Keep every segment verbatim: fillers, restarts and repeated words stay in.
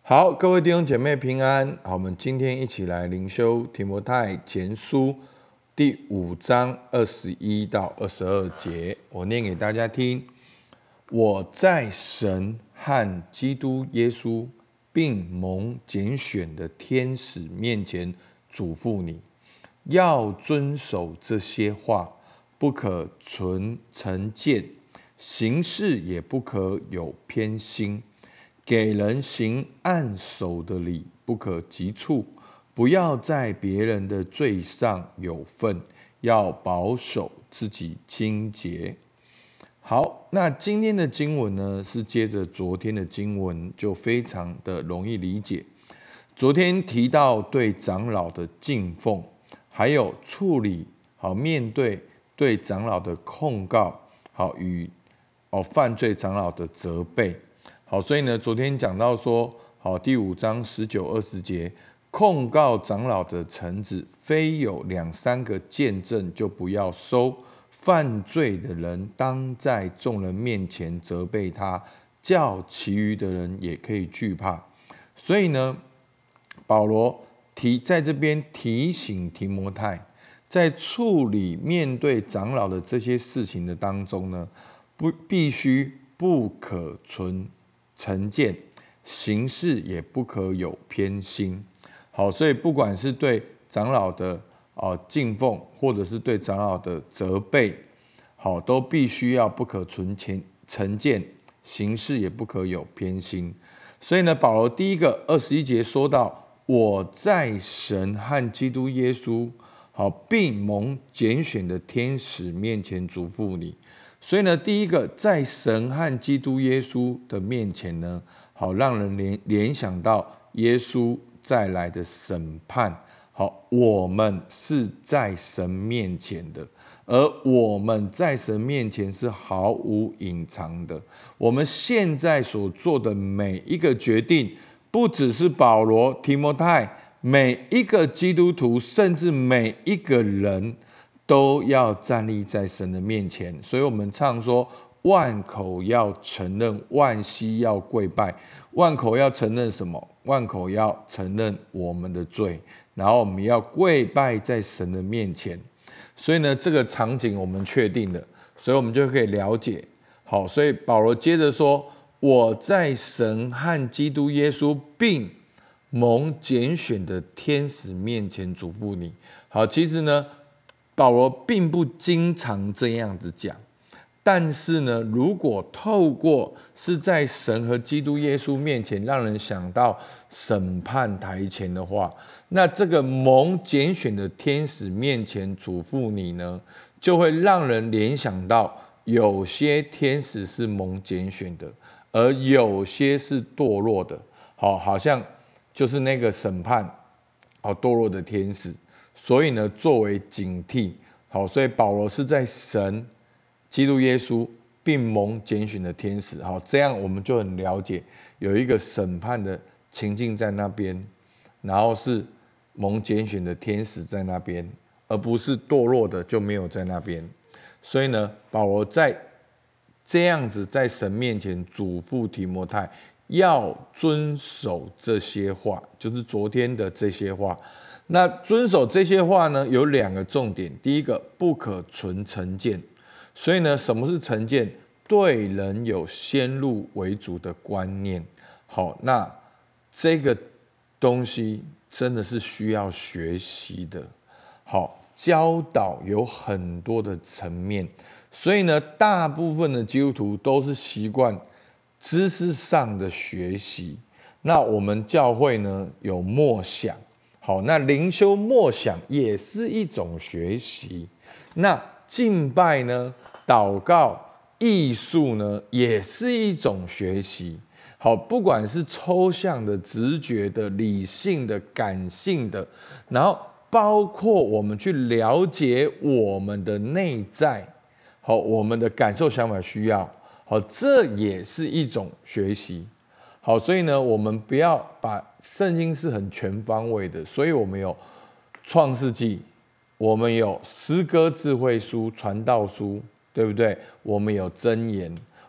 好，各位弟兄姐妹平安。好，我们今天一起来灵修提摩太前书第五章二十一到二十二节，我念给大家听。我在神和基督耶稣并蒙拣选的天使面前嘱咐你，要遵守这些话，不可存成见，行事也不可有偏心。给人行按手的礼，不可急促，不要在别人的罪上有份，要保守自己清洁。好，那今天的经文呢，是接着昨天的经文，就非常的容易理解。昨天提到对长老的敬奉，还有处理好面对对长老的控告，好与哦犯罪长老的责备。好，所以呢，昨天讲到说，好第五章十九、二十节，控告长老的臣子，非有两三个见证，就不要收。犯罪的人，当在众人面前责备他，叫其余的人也可以惧怕。所以呢，保罗提在这边提醒提摩太，在处理面对长老的这些事情的当中呢，不必须不可存成见，行事也不可有偏心。好，所以不管是对长老的哦敬奉，或者是对长老的责备，好，都必须要不可存成见，行事也不可有偏心。所以呢，保罗第一个二十一节说到，我在神和基督耶稣好并蒙拣选的天使面前嘱咐你。所以呢，第一个在神和基督耶稣的面前呢，好让人联联想到耶稣再来的审判。好，我们是在神面前的，而我们在神面前是毫无隐藏的。我们现在所做的每一个决定，不只是保罗、提摩太，每一个基督徒，甚至每一个人，都要站立在神的面前。所以我们唱说，万口要承认，万膝要跪拜。万口要承认什么？万口要承认我们的罪，然后我们要跪拜在神的面前。所以呢，这个场景我们确定了，所以我们就可以了解。好，所以保罗接着说，我在神和基督耶稣并蒙拣选的天使面前嘱咐你。好，其实呢，保罗并不经常这样子讲，但是呢，如果透过是在神和基督耶稣面前，让人想到审判台前的话，那这个蒙拣选的天使面前嘱咐你呢，就会让人联想到有些天使是蒙拣选的，而有些是堕落的。好，好像就是那个审判好堕落的天使。所以呢，作为警惕，好，所以保罗是在神、基督耶稣并蒙拣选的天使，好，这样我们就很了解有一个审判的情境在那边，然后是蒙拣选的天使在那边，而不是堕落的就没有在那边。所以呢，保罗在这样子在神面前嘱咐提摩太要遵守这些话，就是昨天的这些话。那遵守这些话呢，有两个重点。第一个，不可存成见。所以呢，什么是成见？对人有先入为主的观念。好，那这个东西真的是需要学习的。好，教导有很多的层面，所以呢，大部分的基督徒都是习惯知识上的学习。那我们教会呢，有默想。好，那灵修默想也是一种学习。那敬拜呢，祷告、艺术呢，也是一种学习。好，不管是抽象的、直觉的、理性的、感性的，然后包括我们去了解我们的内在，好，我们的感受、想法、需要，好，这也是一种学习。好，所以呢，我们不要把圣经是很全方位的，所以我们有创世纪，我们有诗歌智慧书、传道书，对不对？我们有箴言，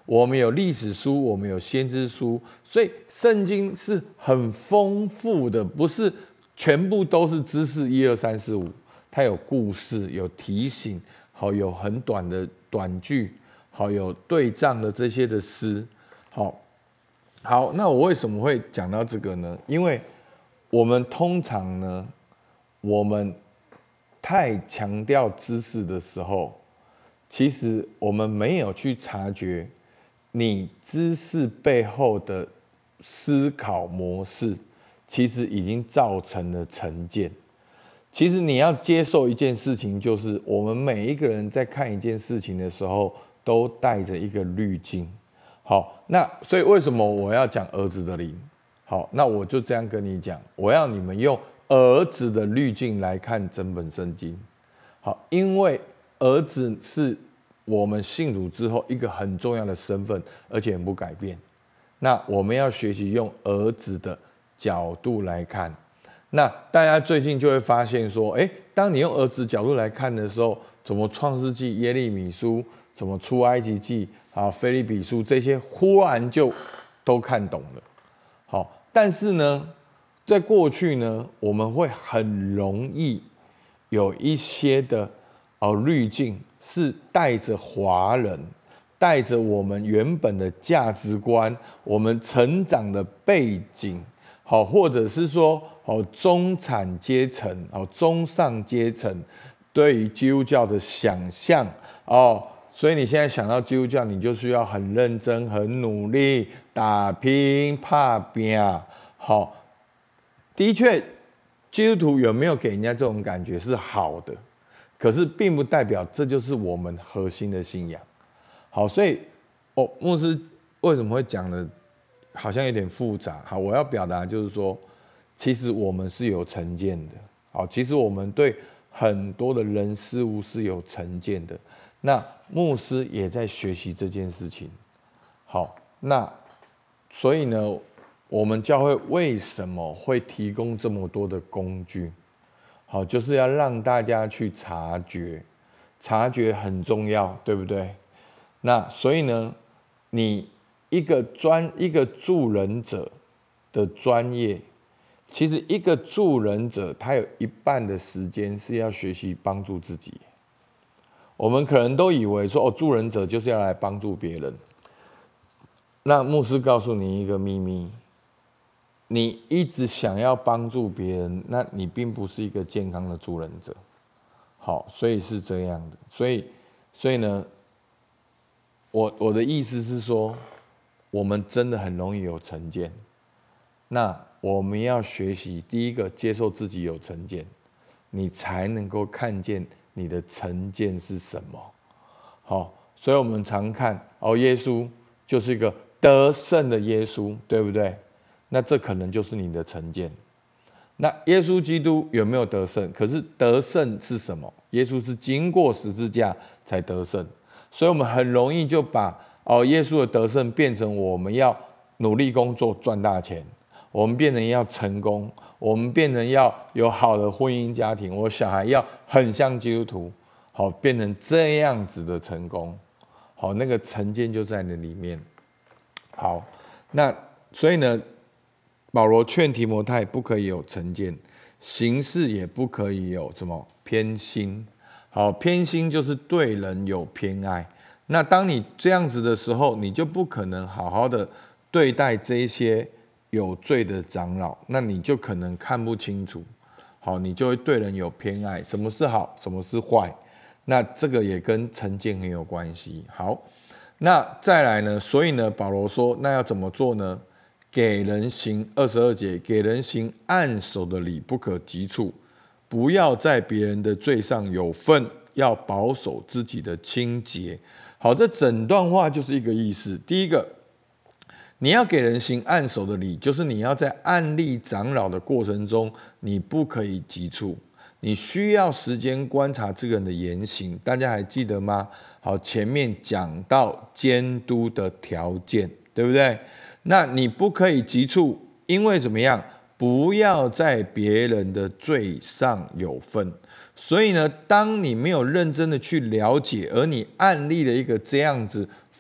我们有历史书，我们有先知书，所以圣经是很丰富的，不是全部都是知识一二三四五，它有故事，有提醒，好有很短的短句，好有对仗的这些的诗，好，好，那我为什么会讲到这个呢？因为我们通常呢，我们太强调知识的时候，其实我们没有去察觉你知识背后的思考模式，其实已经造成了成见。其实你要接受一件事情，就是我们每一个人在看一件事情的时候，都带着一个滤镜。好，那所以为什么我要讲儿子的灵？好，那我就这样跟你讲，我要你们用儿子的滤镜来看整本圣经。好，因为儿子是我们信主之后一个很重要的身份，而且很不改变。那我们要学习用儿子的角度来看。那大家最近就会发现说，哎，当你用儿子角度来看的时候，怎么创世纪、耶利米书，怎么出埃及记啊、腓立比书这些，忽然就都看懂了。好，但是呢，在过去呢，我们会很容易有一些的哦滤镜，是带着华人，带着我们原本的价值观，我们成长的背景，好，或者是说哦中产阶层、哦中上阶层对于基督教的想象哦。所以你现在想到基督教，你就需要很认真、很努力、打拼、打拼。好，的确，基督徒有没有给人家这种感觉是好的，可是并不代表这就是我们核心的信仰。好，所以哦，牧师为什么会讲的，好像有点复杂。好，我要表达就是说，其实我们是有成见的。好，其实我们对很多的人事物是有成见的。那牧师也在学习这件事情。好，那所以呢，我们教会为什么会提供这么多的工具？好，就是要让大家去察觉，察觉很重要，对不对？那所以呢，你一个专一个助人者的专业，其实一个助人者他有一半的时间是要学习帮助自己。我们可能都以为说，哦，助人者就是要来帮助别人。那牧师告诉你一个秘密：你一直想要帮助别人，那你并不是一个健康的助人者。好，所以是这样的。所以，所以呢，我我的意思是说，我们真的很容易有成见。那我们要学习，第一个接受自己有成见，你才能够看见你的成见是什么。好，所以我们常看哦，耶稣就是一个得胜的耶稣，对不对？那这可能就是你的成见。那耶稣基督有没有得胜？可是得胜是什么？耶稣是经过十字架才得胜，所以我们很容易就把哦耶稣的得胜变成我们要努力工作赚大钱，我们变成要成功，我们变成要有好的婚姻家庭，我小孩要很像基督徒，好，变成这样子的成功，好，那个成见就在那里面。好，那所以呢，保罗劝提摩太不可以有成见，行事也不可以有什么偏心。好，偏心就是对人有偏爱。那当你这样子的时候，你就不可能好好的对待这些有罪的长老，那你就可能看不清楚。好，你就会对人有偏爱，什么是好，什么是坏，那这个也跟成见很有关系。好，那再来呢？所以呢，保罗说，那要怎么做呢？给人行二十二节，给人行按手的礼，不可急促，不要在别人的罪上有份，要保守自己的清洁。好，这整段话就是一个意思。第一个，你要给人行按手的礼，就是你要在按立长老的过程中，你不可以急促，你需要时间观察这个人的言行。大家还记得吗？好，前面讲到监督的条件，对不对？那你不可以急促，因为怎么样？不要在别人的罪上有份。所以呢，当你没有认真的去了解，而你按立了一个这样子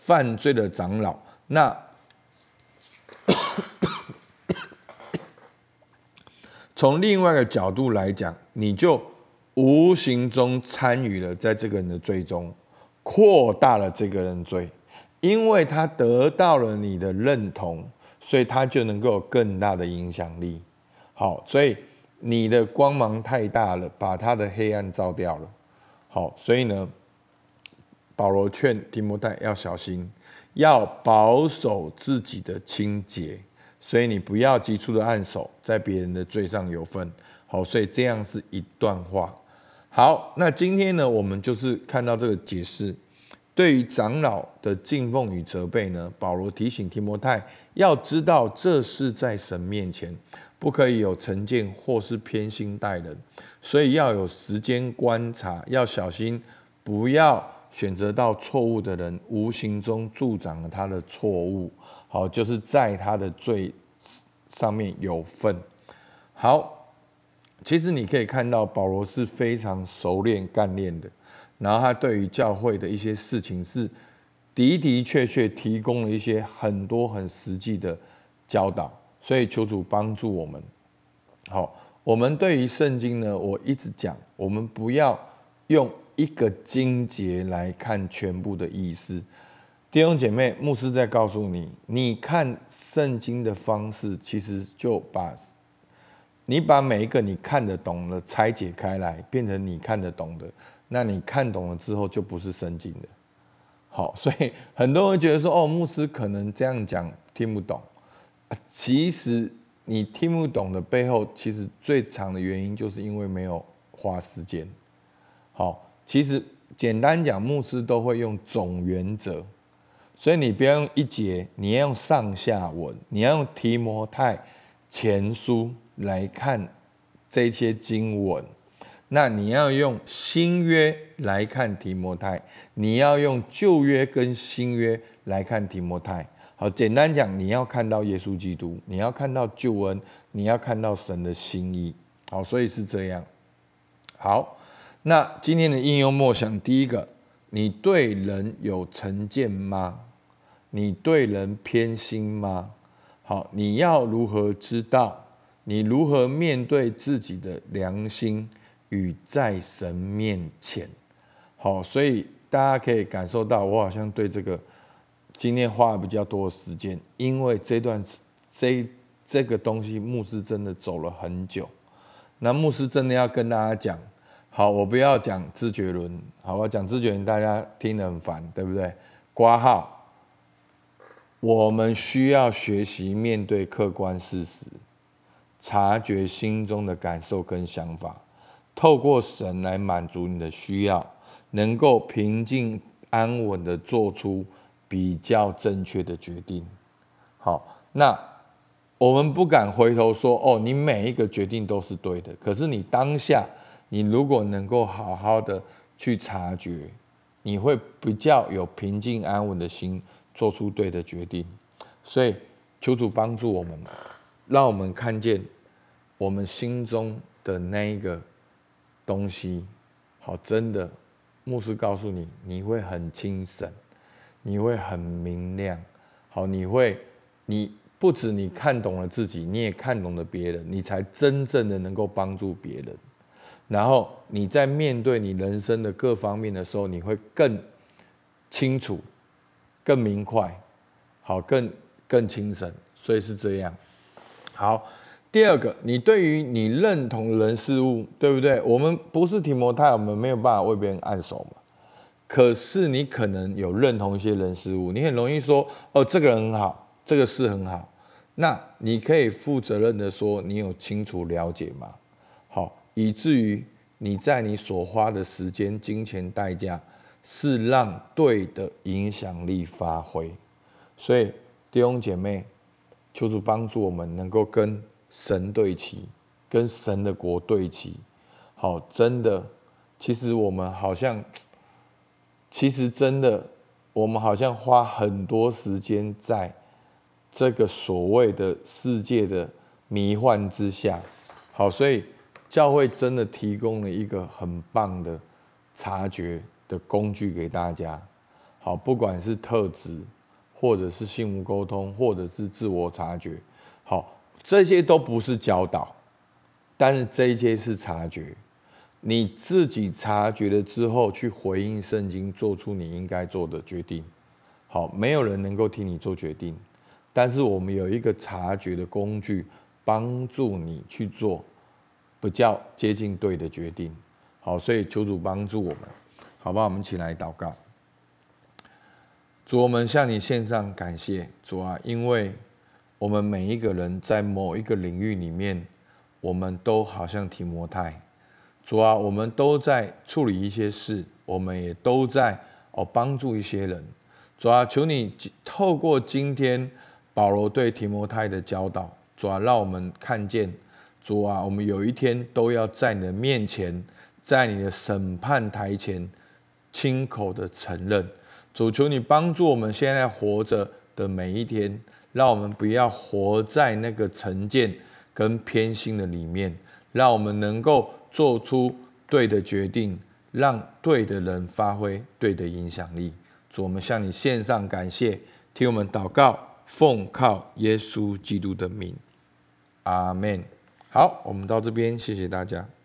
犯罪的长老，那从另外一个角度来讲，你就无形中参与了在这个人的罪中，扩大了这个人的罪，因为他得到了你的认同，所以他就能够有更大的影响力。好，所以你的光芒太大了，把他的黑暗照掉了。好，所以呢，保罗劝提摩太要小心，要保守自己的清洁。所以你不要急促的按手，在别人的罪上有份。好，所以这样是一段话。好，那今天呢，我们就是看到这个解释。对于长老的敬奉与责备呢，保罗提醒提摩太要知道，这是在神面前，不可以有成见或是偏心待人，所以要有时间观察，要小心，不要选择到错误的人，无形中助长了他的错误。好，就是在他的罪上面有份。好，其实你可以看到保罗是非常熟练干练的，然后他对于教会的一些事情是的的确确提供了一些很多很实际的教导，所以求主帮助我们。好，我们对于圣经呢，我一直讲，我们不要用一个经节来看全部的意思。弟兄姐妹，牧师在告诉你，你看圣经的方式，其实就把你把每一个你看得懂的拆解开来，变成你看得懂的。那你看懂了之后，就不是圣经的。好，所以很多人觉得说，哦，牧师可能这样讲听不懂。其实你听不懂的背后，其实最长的原因，就是因为没有花时间。好，其实简单讲，牧师都会用总原则。所以你不要用一节，你要用上下文，你要用提摩太前书来看这些经文。那你要用新约来看提摩太，你要用旧约跟新约来看提摩太。好，简单讲，你要看到耶稣基督，你要看到救恩，你要看到神的心意。好，所以是这样。好，那今天的应用默想，第一个，你对人有成见吗？你对人偏心吗？好，你要如何知道？你如何面对自己的良心与在神面前？好，所以大家可以感受到，我好像对这个今天花了比较多的时间，因为这段这这个东西，牧师真的走了很久。那牧师真的要跟大家讲，好，我不要讲知觉论，好，我讲知觉论，大家听得很烦，对不对？括号。我们需要学习面对客观事实，察觉心中的感受跟想法，透过神来满足你的需要，能够平静安稳的做出比较正确的决定。好，那我们不敢回头说，哦，你每一个决定都是对的。可是你当下，你如果能够好好的去察觉，你会比较有平静安稳的心，做出对的决定。所以求主帮助我们，让我们看见我们心中的那一个东西。好，真的，牧师告诉你，你会很清醒，你会很明亮。好，你会，你不止你看懂了自己，你也看懂了别人，你才真正的能够帮助别人。然后你在面对你人生的各方面的时候，你会更清楚、更明快，好，更更清醒。所以是这样。好，第二个，你对于你认同人事物，对不对？我们不是提摩太，我们没有办法为别人按手嘛。可是你可能有认同一些人事物，你很容易说，哦，这个人很好，这个事很好。那你可以负责任的说，你有清楚了解吗？好，以至于你在你所花的时间、金钱、代价，是让对的影响力发挥。所以弟兄姐妹，求主帮助我们能够跟神对齐，跟神的国对齐。好，真的，其实我们好像，其实真的，我们好像花很多时间在这个所谓的世界的迷幻之下。好，所以教会真的提供了一个很棒的察觉的工具给大家。 好，不管是特质，或者是心无沟通，或者是自我察觉，好，这些都不是教导，但是这一些是察觉。你自己察觉了之后，去回应圣经，做出你应该做的决定。好，没有人能够替你做决定，但是我们有一个察觉的工具，帮助你去做比较接近对的决定。好，所以求主帮助我们，好不好？我们一起来祷告。主，我们向你献上感谢，主啊，因为我们每一个人在某一个领域里面，我们都好像提摩太，主啊，我们都在处理一些事，我们也都在哦帮助一些人。主啊，求你透过今天保罗对提摩太的教导，主啊，让我们看见，主啊，我们有一天都要在你的面前，在你的审判台前，亲口的承认。主，求你帮助我们现在活着的每一天，让我们不要活在那个成见跟偏心的里面，让我们能够做出对的决定，让对的人发挥对的影响力。主，我们向你献上感谢，听我们祷告，奉靠耶稣基督的名，阿们。好，我们到这边，谢谢大家。